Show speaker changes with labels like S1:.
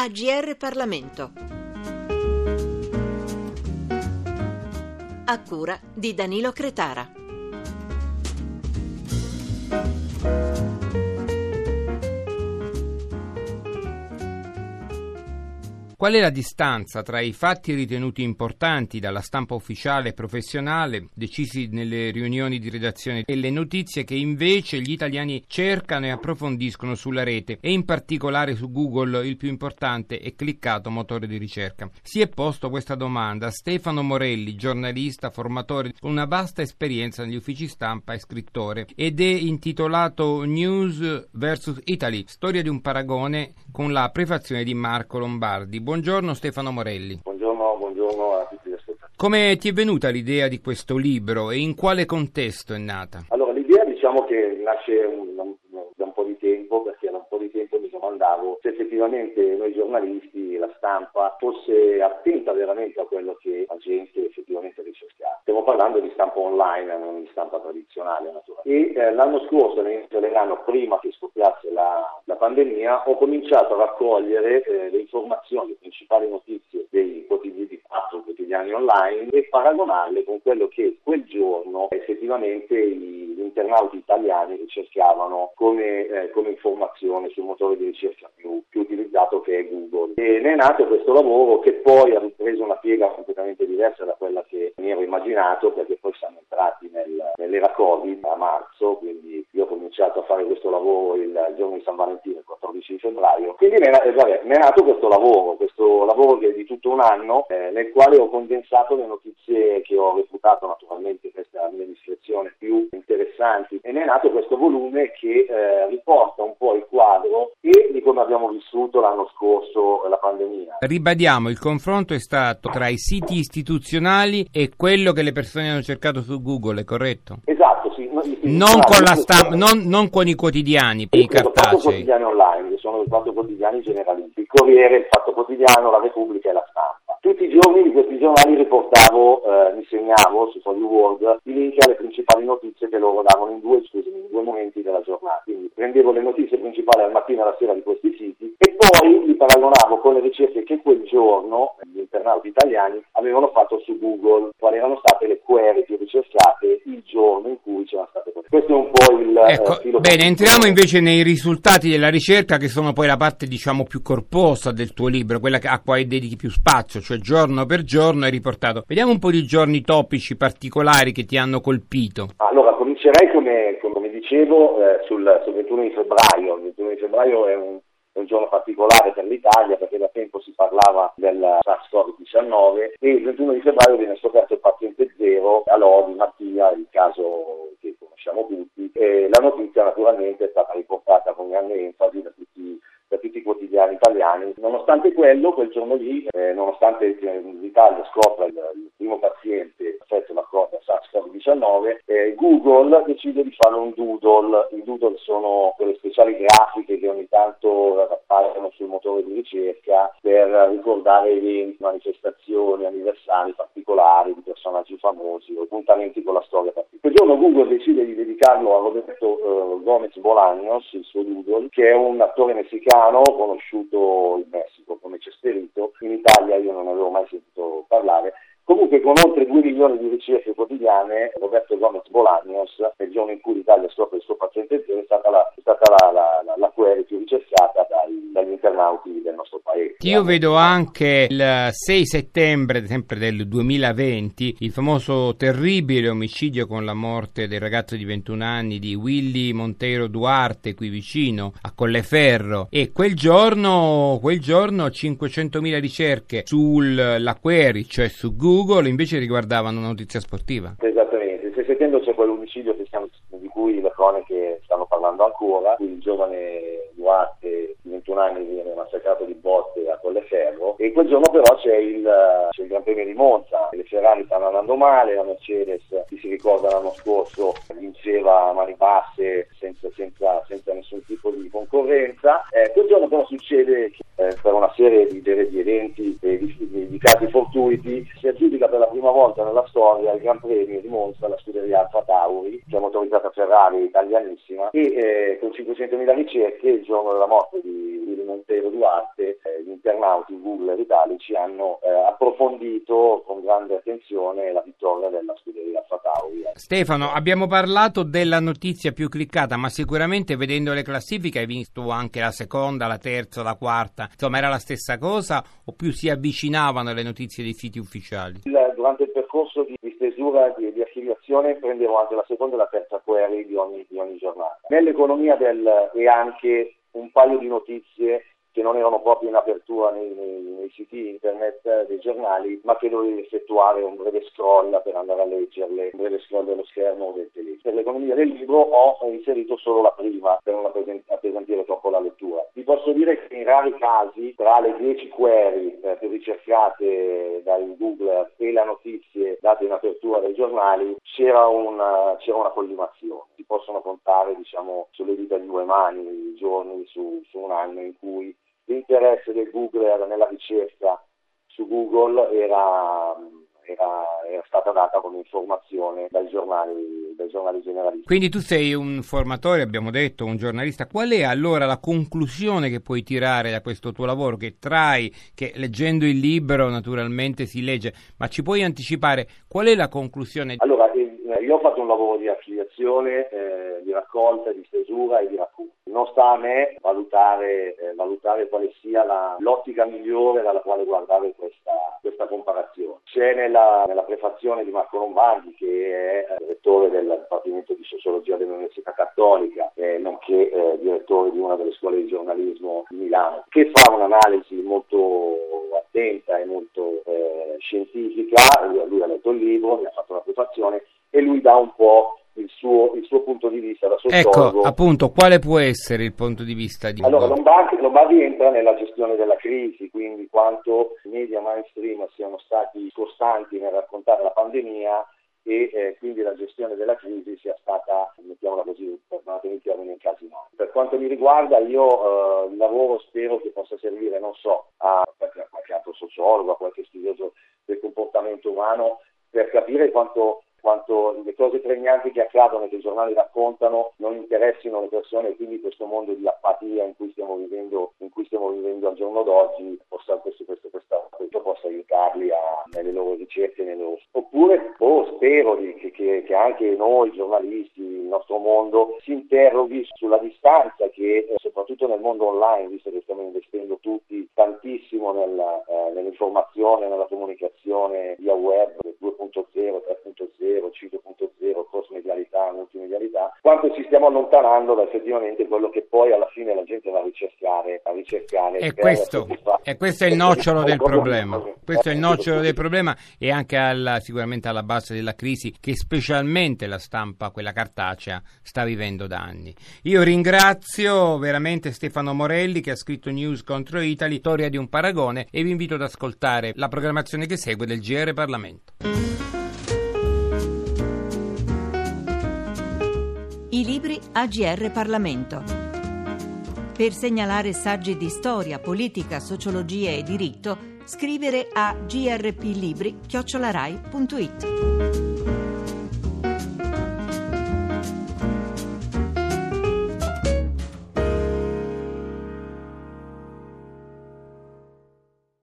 S1: AGR Parlamento. A cura di Danilo Cretara.
S2: Qual è la distanza tra i fatti ritenuti importanti dalla stampa ufficiale e professionale, decisi nelle riunioni di redazione, e le notizie che invece gli italiani cercano e approfondiscono sulla rete e in particolare su Google, il più importante e cliccato motore di ricerca? Si è posto questa domanda Stefano Morelli, giornalista, formatore con una vasta esperienza negli uffici stampa e scrittore, ed è intitolato News vs Italy, storia di un paragone, con la prefazione di Marco Lombardi. Buongiorno Stefano Morelli.
S3: Buongiorno a tutti gli ascoltatori.
S2: Come ti è venuta l'idea di questo libro e in quale contesto è nata?
S3: Allora, l'idea diciamo che nasce da un po' di tempo, perché da un po' di tempo mi domandavo se effettivamente noi giornalisti, la stampa, fosse attenta veramente a quello che la gente effettivamente ricercava. Stiamo parlando di stampa online, non di stampa tradizionale, naturalmente. E l'anno scorso, all'inizio dell'anno, prima che scoppiasse la pandemia, ho cominciato a raccogliere le informazioni, le principali notizie dei quotidiani online e paragonarle con quello che quel giorno effettivamente gli internauti italiani ricercavano come informazione sul motore di ricerca più utilizzato, che è Google. E ne è nato questo lavoro, che poi ha preso una piega completamente diversa da quella che mi ero immaginato, perché poi siamo entrati nell'era Covid a marzo, quindi io ho cominciato a fare questo lavoro il giorno di San Valentino, il 14 febbraio. Quindi ne è nato questo lavoro che è di tutto un anno, nel quale ho condensato le notizie che ho reputato, naturalmente, questa è la mia discrezione, più interessanti, e ne è nato questo volume che riporta un po' il quadro e di come abbiamo vissuto l'anno scorso la pandemia.
S2: Ribadiamo, il confronto è stato tra i siti istituzionali e quello che le persone hanno cercato su Google, è corretto?
S3: Esatto, sì.
S2: Non con la stampa, non con i quotidiani, i cartacei.
S3: I quotidiani online, che sono i 4 quotidiani generalisti: il Corriere, il Fatto Quotidiano, la Repubblica e la Stampa. Tutti i giorni di questi giornali riportavo, mi segnavo su Fogli Word i link alle principali notizie che loro davano in due momenti della giornata. Quindi prendevo le notizie principali al mattino e alla sera di questi siti e poi li paragonavo con le ricerche che quel giorno gli internauti italiani avevano fatto su Google, quali erano state le query più ricercate il giorno in cui c'erano state queste. Questo è un po' il filo.
S2: Bene, entriamo invece nei risultati della ricerca, che sono poi la parte, diciamo, più corposa del tuo libro, quella a cui dedichi più spazio, cioè giorno per giorno hai riportato. Vediamo un po' di giorni topici particolari che ti hanno colpito.
S3: Allora, comincerei come dicevo sul 21 di febbraio. Il 21 di febbraio è un giorno particolare per l'Italia, perché da tempo si parlava del SARS-CoV-19 e il 21 di febbraio viene scoperto il paziente zero a Lodi, Mattia, il caso che conosciamo tutti, e la notizia naturalmente è stata riportata con grande enfasi da tutti i quotidiani italiani. Nonostante quello, quel giorno lì, nonostante l'Italia scopra il primo paziente affetto da SARS-CoV-19, Google decide di fare un doodle. I doodle sono quelle speciali grafiche che ogni tanto appaiono sul motore di ricerca per ricordare eventi, manifestazioni, anniversari particolari di personaggi famosi o appuntamenti con la storia particolare. Quel giorno Google decide di dedicarlo a Roberto Gómez Bolaños, il suo doodle, che è un attore messicano conosciuto in Messico come Chespirito. In Italia io non avevo mai sentito parlare. Comunque, con oltre 2 milioni di ricerche quotidiane, Roberto Gómez Bolaños, nel giorno in cui l'Italia scopre il suo paziente zero, è stata la query più ricercata dagli internauti del nostro paese.
S2: Io vedo anche il 6 settembre, sempre del 2020, il famoso terribile omicidio con la morte del ragazzo di 21 anni di Willy Monteiro Duarte, qui vicino a Colleferro, e quel giorno 500.000 ricerche sulla query, cioè su Google, invece riguardavano una notizia sportiva.
S3: Esattamente, il 6 settembre c'è quell'omicidio di cui le cronache stanno parlando ancora, il giovane Duarte di 21 anni viene massacrato di botte a Colleferro, e quel giorno però c'è il Gran Premio di Monza. Le Ferrari stanno andando male, la Mercedes, chi si ricorda l'anno scorso, vinceva a mani basse senza nessun tipo di concorrenza. Quel giorno però succede che per una serie di eventi e di casi fortuiti si aggiudica per la prima volta nella storia il Gran Premio di Monza alla scuderia Alfa Tauri, che è motorizzata Ferrari, italianissima, e con 500.000 ricerche il giorno della morte di Monteiro Duarte gli internauti googler italici hanno approfondito con grande attenzione la vittoria della scuderia Alfa Tauri.
S2: Stefano, abbiamo parlato della notizia più cliccata, ma sicuramente vedendo le classifiche hai visto anche la seconda, la terza, la quarta, insomma era la stessa cosa o più si avvicinavano le notizie dei siti ufficiali?
S3: Durante il percorso di stesura di archiviazione prendevo anche la seconda e la terza query di ogni giornata. Nell'economia e anche un paio di notizie che non erano proprio in apertura nei siti internet dei giornali, ma che dovevi effettuare un breve scroll per andare a leggerle, un breve scroll dello schermo o del telefono. Per l'economia del libro ho inserito solo la prima per non appesantire troppo la lettura. Vi posso dire che in rari casi, tra le 10 query più ricercate dai Googler e le notizie date in apertura dai giornali, c'era una collimazione. Si possono contare, sulle dita di due mani i giorni su un anno in cui l'interesse del Googler nella ricerca su Google era stata data come informazione dai giornali generalisti.
S2: Quindi tu sei un formatore, abbiamo detto, un giornalista. Qual è allora la conclusione che puoi tirare da questo tuo lavoro, che trai, che leggendo il libro naturalmente si legge, ma ci puoi anticipare qual è la conclusione?
S3: Allora, io ho fatto un lavoro di archiviazione, di raccolta, di stesura e di racconto. Non sta a me valutare quale sia l'ottica migliore dalla quale guardare questa comparazione. C'è nella prefazione di Marco Lombardi, che è direttore del Dipartimento di Sociologia dell'Università Cattolica, nonché direttore di una delle scuole di giornalismo di Milano, che fa un'analisi molto attenta e molto scientifica. Lui ha letto il libro, mi ha fatto la prefazione e lui dà un po' il suo punto di vista da sociologo.
S2: Ecco, appunto, quale può essere il punto di vista di
S3: Allora, Lombardi entra nella gestione della crisi, quindi quanto i media mainstream siano stati costanti nel raccontare la pandemia e quindi la gestione della crisi sia stata, mettiamola così, perdonatemi il termine, incasinata. Per quanto mi riguarda, io il lavoro spero che possa servire, non so, a qualche altro sociologo, a qualche studioso del comportamento umano, per capire quanto le cose pregnanti che accadono e che i giornali raccontano non interessino le persone, e quindi questo mondo di apatia in cui stiamo vivendo al giorno d'oggi possa aiutarli nelle loro ricerche, oppure spero che anche noi giornalisti, il nostro mondo, si interroghi sulla distanza che soprattutto nel mondo online, visto che stiamo investendo tutti tantissimo nell'informazione, nella comunicazione via web 2.0, 3.0, 5.0, cross-medialità, multimedialità, quanto ci stiamo allontanando da effettivamente quello che poi alla fine la gente va a ricercare.
S2: E questo è il nocciolo del problema. Questo è il nocciolo del problema e anche sicuramente alla base della crisi che specialmente la stampa, quella cartacea, sta vivendo da anni. Io ringrazio veramente Stefano Morelli, che ha scritto News contro Italy, storia di un paragone, e vi invito ad ascoltare la programmazione che segue del GR Parlamento.
S1: I libri a GR Parlamento. Per segnalare saggi di storia, politica, sociologia e diritto, scrivere a grplibri@rai.it.